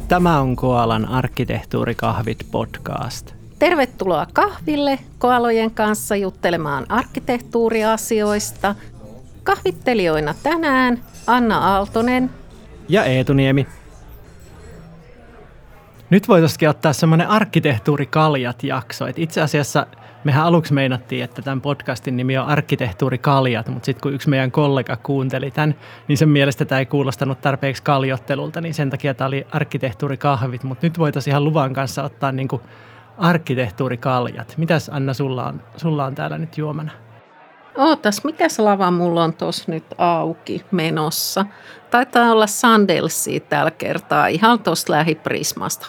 Tämä on Koalan arkkitehtuurikahvit podcast. Tervetuloa kahville koalojen kanssa juttelemaan arkkitehtuuriasioista. Kahvittelijoina tänään Anna Aaltonen ja Eetu Niemi. Nyt voitaisiin ottaa semmoinen arkkitehtuurikaljat-jakso. Et itse asiassa mehän aluksi meinattiin, että tämän podcastin nimi on arkkitehtuurikaljat, mutta sitten kun yksi meidän kollega kuunteli tämän, niin sen mielestä tämä ei kuulostanut tarpeeksi kaljottelulta, niin sen takia tämä oli arkkitehtuurikahvit. Mutta nyt voitaisiin ihan luvan kanssa ottaa niinku arkkitehtuurikaljat. Mitäs Anna sulla on täällä nyt juomana? Ootas, mikäs lava mulla on tuossa nyt auki menossa? Taitaa olla Sandelsia tällä kertaa, ihan tuosta lähiprismasta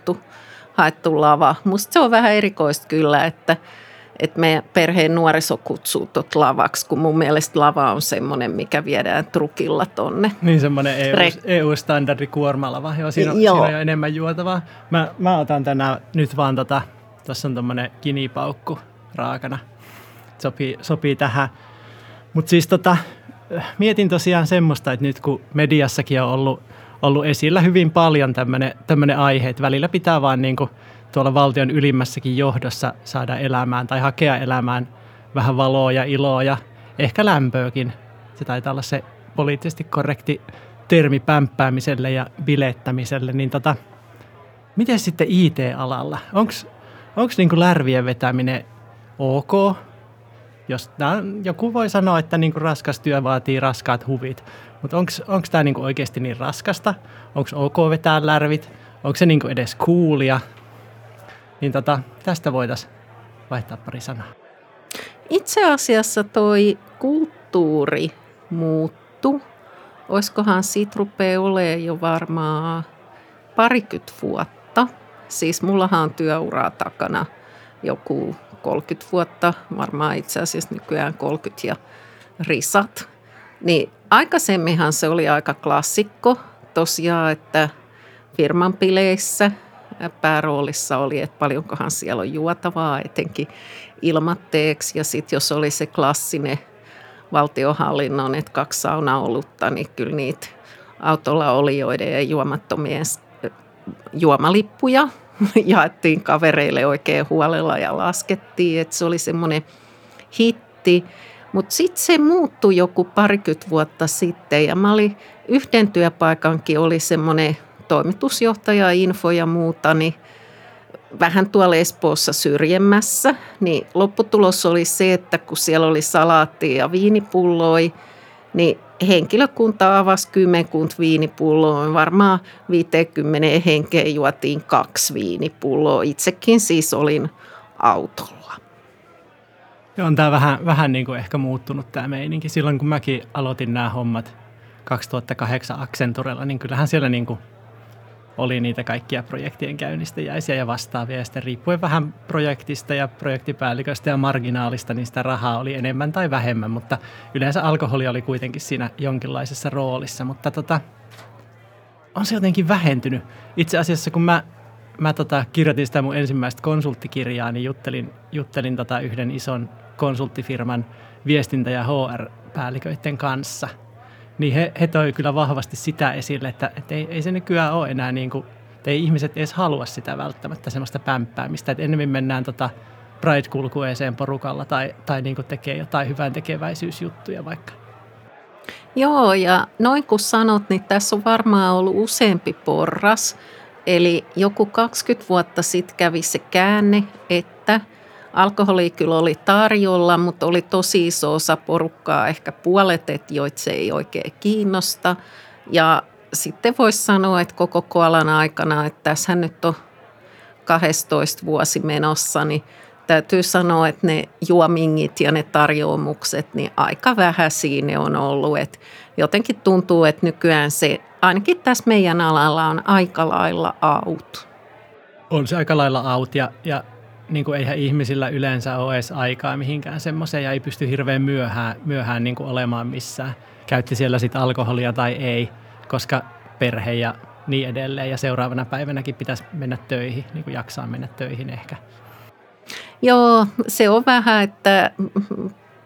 haettu lava. Musta se on vähän erikoista kyllä, että meidän perheen nuoriso kutsuu tot lavaksi, kun mun mielestä lava on semmoinen, mikä viedään trukilla tonne. Niin semmoinen EU-standardi kuormalava, siinä on jo enemmän juotavaa. Mä otan tänään nyt vaan tuossa on tommonen kinipaukku raakana. Sopii tähän. Mutta siis mietin tosiaan semmoista, että nyt kun mediassakin on ollut esillä hyvin paljon tämmöinen aihe, että välillä pitää vaan niinku tuolla valtion ylimmässäkin johdossa saada elämään tai hakea elämään vähän valoa ja iloa ja ehkä lämpöäkin. Se taitaa olla se poliittisesti korrekti termi pämppäämiselle ja bilettämiselle. Niin miten sitten IT-alalla? Onko niinku lärvien vetäminen ok? Jos joku voi sanoa, että niinku raskas työ vaatii raskaat huvit, mutta onko tämä niinku oikeasti niin raskasta? Onko ok vetää lärvit? Onko se niinku edes coolia? Niin tästä voitaisiin vaihtaa pari sanaa. Itse asiassa toi kulttuuri muuttu. Oiskohan siitä rupeaa olemaan jo varmaan 20 vuotta. Siis mullahan on työuraa takana joku 30 vuotta, varmaan itse asiassa nykyään 30 ja risat. Niin aikaisemminhan se oli aika klassikko tosiaan, että firman bileissä pääroolissa oli, että paljonkohan siellä on juotavaa, etenkin ilmatteeksi. Ja sitten jos oli se klassinen valtionhallinnon, että 2 saunaolutta, niin kyllä niitä autolla olijoiden ja juomattomien juomalippuja jaettiin kavereille oikein huolella ja laskettiin, että se oli semmoinen hitti. Mutta sitten se muuttui joku 20 vuotta sitten ja mä olin yhden työpaikankin, oli semmoinen toimitusjohtaja, info ja muuta, niin vähän tuolla Espoossa syrjemmässä, niin lopputulos oli se, että kun siellä oli salaattia ja viinipulloi, niin henkilökunta avasi 10 viinipulloa, varmaan 50 henkeen juotiin 2 viinipulloa. Itsekin siis olin autolla. Joo, on tämä vähän niin kuin ehkä muuttunut tämä meininki. Silloin kun mäkin aloitin nämä hommat 2008 Accenturella, niin kyllähän siellä niin kuin oli niitä kaikkia projektien käynnistäjäisiä ja vastaavia. Ja sitten riippuen vähän projektista ja projektipäälliköstä ja marginaalista, niin sitä rahaa oli enemmän tai vähemmän. Mutta yleensä alkoholi oli kuitenkin siinä jonkinlaisessa roolissa. Mutta on se jotenkin vähentynyt. Itse asiassa kun mä kirjoitin sitä mun ensimmäistä konsulttikirjaa, niin juttelin yhden ison konsulttifirman viestintä- ja HR-päälliköiden kanssa. Niin he toi kyllä vahvasti sitä esille, että ei se nykyään ole enää niin kuin, ei ihmiset edes halua sitä välttämättä semmoista pämppäämistä, että enemmän mennään Pride-kulkueeseen porukalla tai niin kuin tekee jotain hyvän tekeväisyysjuttuja vaikka. Joo, ja noin kun sanot, niin tässä on varmaan ollut useampi porras. Eli joku 20 vuotta sitten kävi se käänne, että alkoholi kyllä oli tarjolla, mutta oli tosi iso osa porukkaa, ehkä puolet, joita se ei oikein kiinnosta. Ja sitten voisi sanoa, että koko koalan aikana, että tässähän nyt on 12 vuosi menossa, niin täytyy sanoa, että ne juomingit ja ne tarjoamukset, niin aika vähän siinä on ollut. Että jotenkin tuntuu, että nykyään se, ainakin tässä meidän alalla, on aika lailla out. On se aika lailla out ja niin kuin eihän ihmisillä yleensä ole edes aikaa mihinkään semmoiseen ja ei pysty hirveän myöhään niin kuin olemaan missään. Käytti siellä sitten alkoholia tai ei, koska perhe ja niin edelleen. Ja seuraavana päivänäkin pitäisi mennä töihin, niin kuin jaksaa mennä töihin ehkä. Joo, se on vähän, että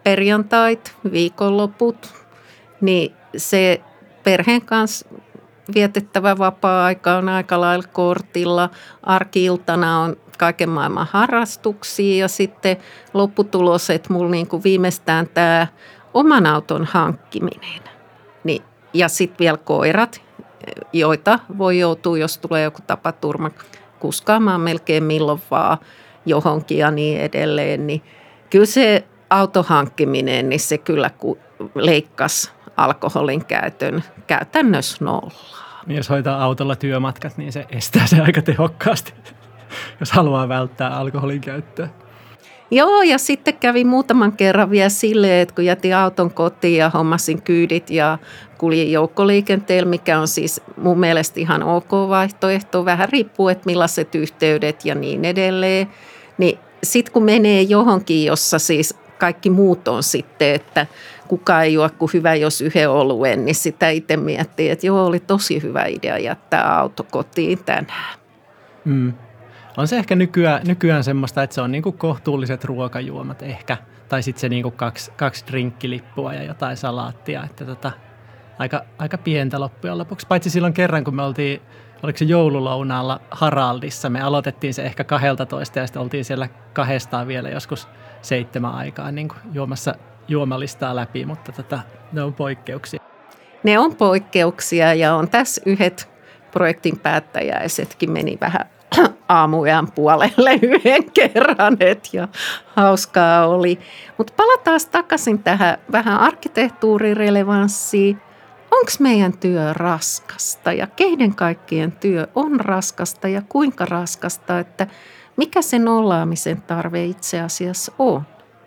perjantait, viikonloput, niin se perheen kanssa vietettävä vapaa-aika on aika lailla kortilla. Arki-iltana on kaiken maailman harrastuksia ja sitten lopputulos, että mulla niin kuin viimeistään tämä oman auton hankkiminen. Niin, ja sitten vielä koirat, joita voi joutua, jos tulee joku tapaturma, kuskaamaan melkein milloin vaan johonkin ja niin edelleen. Niin kyllä se auton hankkiminen, niin se kyllä leikkasi alkoholin käytön käytännössä nollaa. Jos hoitaa autolla työmatkat, niin se estää se aika tehokkaasti, jos haluaa välttää alkoholin käyttöä. Joo, ja sitten kävi muutaman kerran vielä silleen, että kun jätin auton kotiin ja hommasin kyydit ja kuljin joukkoliikenteellä, mikä on siis mun mielestä ihan ok vaihtoehto, vähän riippuu, että millaiset yhteydet ja niin edelleen. Niin sitten kun menee johonkin, jossa siis kaikki muut on sitten, että kukaan ei juo kuin hyvä, jos yhden oluen, niin sitä itse miettii, että joo, oli tosi hyvä idea jättää auto kotiin tänään. On se ehkä nykyään semmoista, että se on niinku kohtuulliset ruokajuomat ehkä, tai sitten se niinku kaksi drinkkilippua ja jotain salaattia, että aika pientä loppujen lopuksi. Paitsi silloin kerran, kun me oltiin, oliko se joululounaalla Haraldissa, me aloitettiin se ehkä 12 ja sitten oltiin siellä 2 vielä joskus 7 aikaa niin kuin juomassa juomalistaa läpi, mutta ne on poikkeuksia. Ne on poikkeuksia ja on tässä yhdet projektin päättäjäisetkin meni vähän aamuyön puolelle yhden kerran, ja hauskaa oli. Mutta palataan takaisin tähän vähän arkkitehtuurirelevanssiin. Onko meidän työ raskasta ja keiden kaikkien työ on raskasta ja kuinka raskasta, että mikä se nollaamisen tarve itse asiassa on?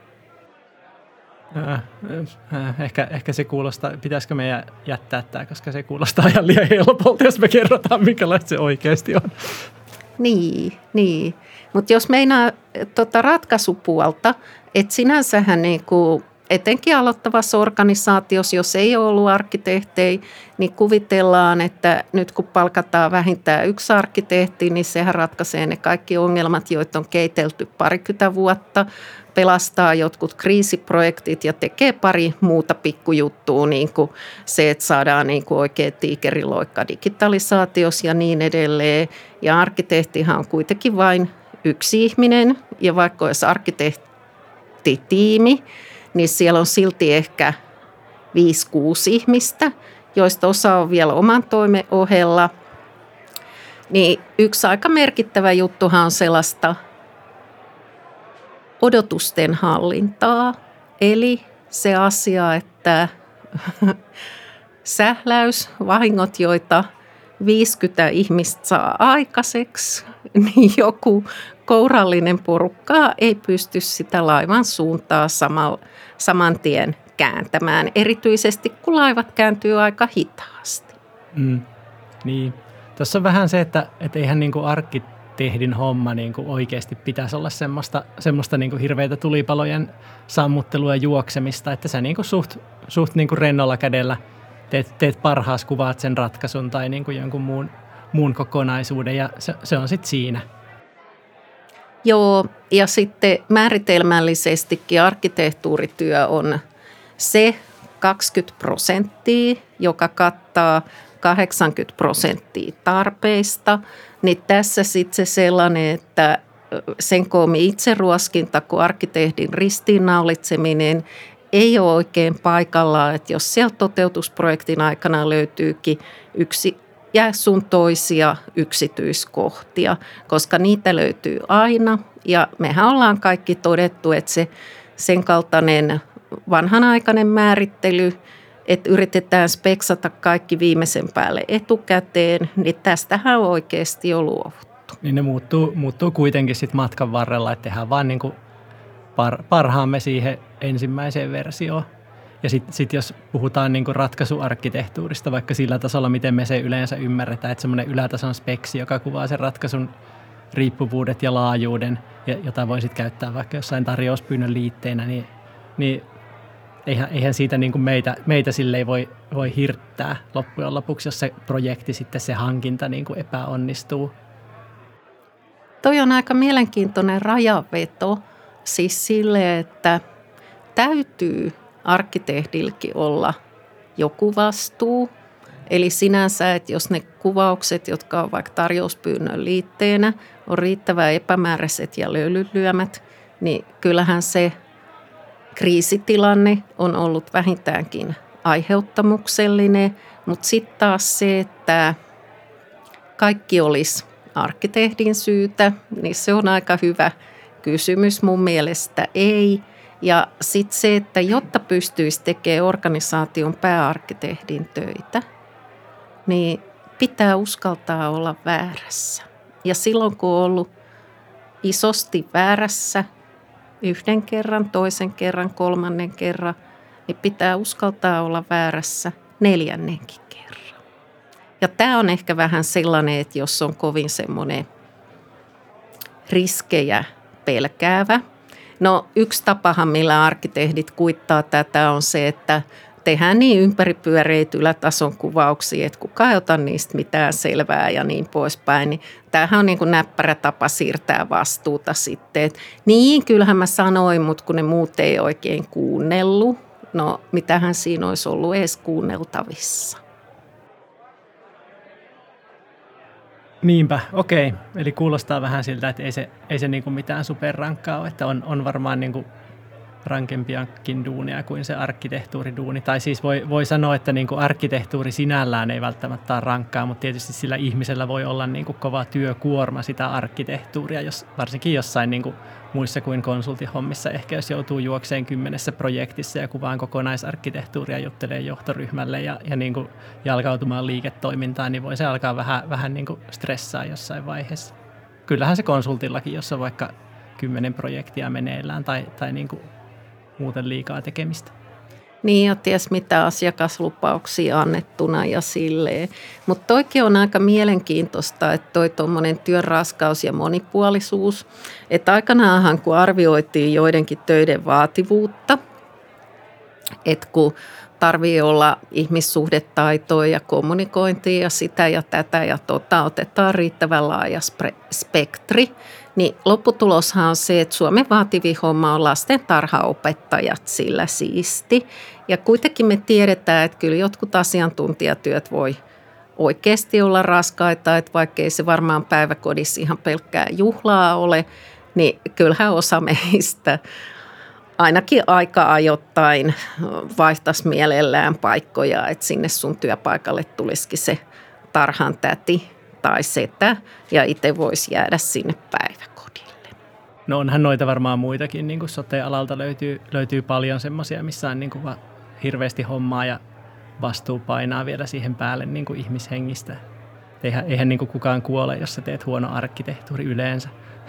Ehkä se kuulostaa, pitäisikö meidän jättää tämä, koska se kuulostaa ihan liian helpolta, jos me kerrotaan, minkälaista se oikeasti on. Niin. Mutta jos meinaa ratkaisupuolta, että sinänsähän niinku, etenkin aloittavassa organisaatiossa, jos ei ole ollut arkkitehtejä, niin kuvitellaan, että nyt kun palkataan vähintään 1 arkkitehti, niin sehän ratkaisee ne kaikki ongelmat, joita on keitelty 20 vuotta, pelastaa jotkut kriisiprojektit ja tekee pari muuta pikkujuttua, niin kuin se, että saadaan niin kuin oikea tiikeriloikka digitalisaatiossa ja niin edelleen. Ja arkkitehtihan on kuitenkin vain yksi ihminen, ja vaikka olisi arkkitehtitiimi, niin siellä on silti ehkä 5-6 ihmistä, joista osa on vielä oman toimen ohella. Niin yksi aika merkittävä juttuhan on sellaista odotusten hallintaa, eli se asia, että sähläysvahingot, joita 50 ihmistä saa aikaiseksi, niin joku kourallinen porukka ei pysty sitä laivan suuntaa saman tien kääntämään, erityisesti kun laivat kääntyy aika hitaasti. Niin. Tuossa on vähän se, että eihän niinku arkkitehdin homma niinku oikeasti pitäisi olla semmoista niinku hirveitä tulipalojen sammuttelua ja juoksemista, että sä niinku suht niinku rennolla kädellä teet parhaas, kuvaat sen ratkaisun tai niinku jonkun muun kokonaisuuden ja se on sitten siinä. Joo, ja sitten määritelmällisestikin arkkitehtuurityö on se 20%, joka kattaa 80% tarpeista, niin tässä sitten se sellainen, että sen koomi itseruoskinta kuin arkkitehdin ristiinnaulitseminen ei ole oikein paikallaan, että jos sieltä toteutusprojektin aikana löytyykin yksi ja sun toisia yksityiskohtia, koska niitä löytyy aina ja mehän ollaan kaikki todettu, että sen kaltainen vanhanaikainen määrittely, että yritetään speksata kaikki viimeisen päälle etukäteen, niin tästähän on oikeasti jo luovuttu. Niin ne muuttuu kuitenkin sitten matkan varrella, että tehdään vaan niin kuin parhaamme siihen ensimmäiseen versioon. Ja sitten jos puhutaan niin kuin ratkaisuarkkitehtuurista, vaikka sillä tasolla, miten me se yleensä ymmärretään, että semmoinen ylätason speksi, joka kuvaa sen ratkaisun riippuvuudet ja laajuuden, jota voisit käyttää vaikka jossain tarjouspyynnön liitteenä, niin eihän siitä niin kuin meitä silleen voi hirttää loppujen lopuksi, jos se projekti sitten se hankinta niin kuin epäonnistuu. Toi on aika mielenkiintoinen rajaveto, siis sille, että täytyy arkkitehdilläkin olla joku vastuu. Eli sinänsä, että jos ne kuvaukset, jotka on vaikka tarjouspyynnön liitteenä, on riittävän epämääräiset ja löylylyömät, niin kyllähän se kriisitilanne on ollut vähintäänkin aiheuttamuksellinen, mutta sitten taas se, että kaikki olisi arkkitehdin syytä, niin se on aika hyvä kysymys. Mun mielestä ei. Ja sitten se, että jotta pystyisi tekemään organisaation pääarkkitehdin töitä, niin pitää uskaltaa olla väärässä. Ja silloin kun on ollut isosti väärässä yhden kerran, toisen kerran, kolmannen kerran, niin pitää uskaltaa olla väärässä neljännenkin kerran. Ja tämä on ehkä vähän sellainen, että jos on kovin semmoinen riskejä pelkäävä. No yksi tapahan, millä arkkitehdit kuittaa tätä on se, että tehdään niin ympäripyöreitä ylätason kuvauksia, että kukaan ei ota niistä mitään selvää ja niin poispäin. Niin tämähän on niin kuin näppärä tapa siirtää vastuuta sitten. Et niin, kyllähän mä sanoin, mutta kun ne muut ei oikein kuunnellut. No, mitähän siinä olisi ollut edes kuunneltavissa. Niinpä, okei. Eli kuulostaa vähän siltä, että ei se niinku mitään superrankkaa ole, että on varmaan niinku rankempiakin duunia kuin se arkkitehtuuriduuni. Tai siis voi sanoa, että niinku arkkitehtuuri sinällään ei välttämättä ole rankkaa, mutta tietysti sillä ihmisellä voi olla niinku kova työkuorma sitä arkkitehtuuria, varsinkin jossain niinku muissa kuin konsultihommissa. Ehkä jos joutuu juokseen 10 projektissa ja kuvaan kokonaisarkkitehtuuria, juttelee johtoryhmälle ja niinku jalkautumaan liiketoimintaan, niin voi se alkaa vähän niinku stressaa jossain vaiheessa. Kyllähän se konsultillakin, jos on vaikka 10 projektia meneillään tai niinku muuten liikaa tekemistä. Niin, ja ties mitä asiakaslupauksia annettuna ja silleen. Mutta toikin on aika mielenkiintoista, että toi tuommoinen työn raskaus ja monipuolisuus. Että aikanaanhan kun arvioitiin joidenkin töiden vaativuutta, että kun tarvii olla ihmissuhdetaitoa ja kommunikointia ja sitä ja tätä ja otetaan riittävän laaja spektri, niin lopputuloshan on se, että Suomen vaativin homma on lastentarhaopettajat sillä siisti. Ja kuitenkin me tiedetään, että kyllä jotkut asiantuntijatyöt voi oikeasti olla raskaita, että vaikkei se varmaan päiväkodissa ihan pelkkää juhlaa ole, niin kyllähän osa meistä ainakin aika ajoittain vaihtaisi mielellään paikkoja, että sinne sun työpaikalle tulisikin se tarhan täti tai setä ja itse voisi jäädä sinne päiväkodille. No onhan noita varmaan muitakin, niin kuin sote-alalta löytyy paljon semmoisia, missä on niin kuin hirveästi hommaa ja vastuu painaa vielä siihen päälle niin kuin ihmishengistä. Eihän niin kuin kukaan kuole, jos sä teet huono arkkitehtuuri yleensä.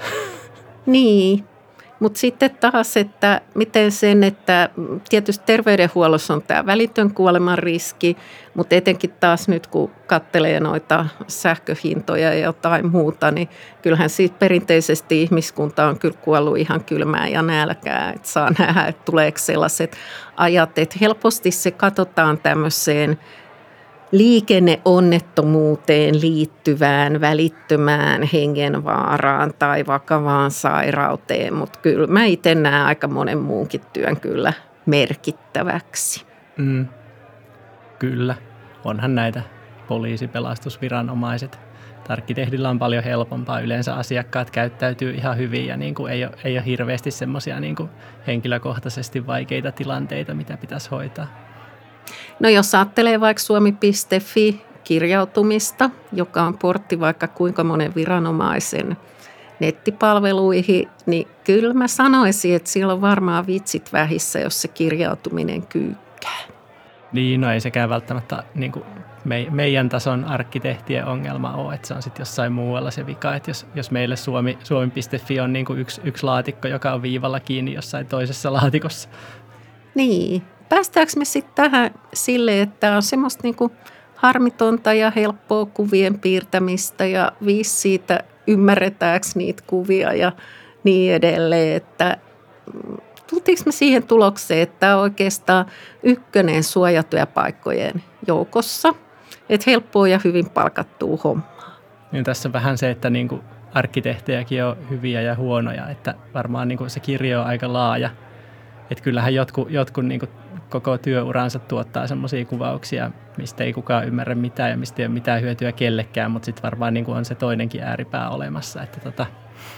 Niin. Mutta sitten taas, että miten sen, että tietysti terveydenhuollossa on tämä välitön kuoleman riski, mutta etenkin taas nyt kun katselee noita sähköhintoja ja jotain muuta, niin kyllähän siitä perinteisesti ihmiskunta on kyllä kuollut ihan kylmään ja nälkää, että saa nähdä, että tuleeko sellaiset ajat, että helposti se katsotaan tämmöiseen liikenneonnettomuuteen liittyvään välittömään hengenvaaraan tai vakavaan sairauteen, mutta kyllä mä itse näen aika monen muunkin työn kyllä merkittäväksi. Kyllä, onhan näitä poliisipelastusviranomaiset. Arkkitehdillä on paljon helpompaa. Yleensä asiakkaat käyttäytyy ihan hyvin ja niin kuin ei ole hirveästi semmoisia niin kuin henkilökohtaisesti vaikeita tilanteita, mitä pitäisi hoitaa. No jos ajattelee vaikka suomi.fi-kirjautumista, joka on portti vaikka kuinka monen viranomaisen nettipalveluihin, niin kyllä mä sanoisin, että siellä on varmaan vitsit vähissä, jos se kirjautuminen kyykkää. Niin, no ei sekään välttämättä niin kuin meidän tason arkkitehtien ongelma ole, että se on sitten jossain muualla se vika, että jos meille suomi.fi on niin kuin yksi laatikko, joka on viivalla kiinni jossain toisessa laatikossa. Niin. Päästäänkö me sitten tähän silleen, että on semmoista niinku harmitonta ja helppoa kuvien piirtämistä ja siitä ymmärretäänkö niitä kuvia ja niin edelleen, että tultiinko me siihen tulokseen, että tämä on oikeastaan ykkönen suojatyöpaikkojen joukossa, että helppoa ja hyvin palkattua hommaa. Niin tässä on vähän se, että niinku arkkitehtejäkin on hyviä ja huonoja, että varmaan niinku se kirjo on aika laaja. Että kyllähän jotkut niin kuin koko työuransa tuottaa semmoisia kuvauksia, mistä ei kukaan ymmärrä mitään ja mistä ei ole mitään hyötyä kellekään, mutta sitten varmaan niin kuin on se toinenkin ääripää olemassa. Että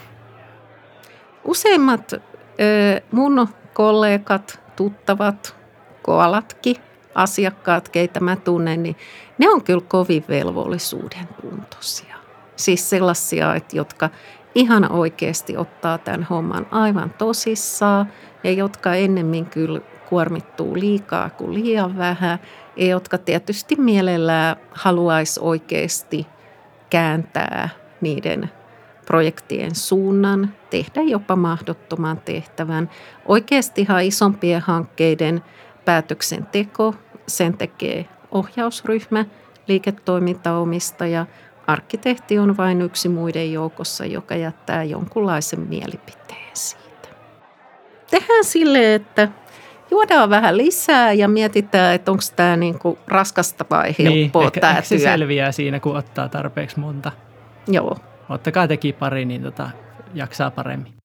Useimmat mun kollegat, tuttavat, koalatkin, asiakkaat, keitä mä tunnen, niin ne on kyllä kovin velvollisuuden tuntoisia. Siis sellaisia, jotka ihan oikeasti ottaa tämän homman aivan tosissaan ja jotka ennemmin kyllä kuormittuu liikaa kuin liian vähän ja jotka tietysti mielellään haluaisi oikeasti kääntää niiden projektien suunnan, tehdä jopa mahdottoman tehtävän. Oikeastihan isompien hankkeiden päätöksenteko, sen tekee ohjausryhmä, liiketoimintaomistaja. Arkkitehti on vain yksi muiden joukossa, joka jättää jonkunlaisen mielipiteen siitä. Tehdään silleen, että juodaan vähän lisää ja mietitään, että onko tämä niinku raskasta vai helppoa tämä työ. Se selviää siinä, kun ottaa tarpeeksi monta. Joo. Ottakaa teki pari, niin jaksaa paremmin.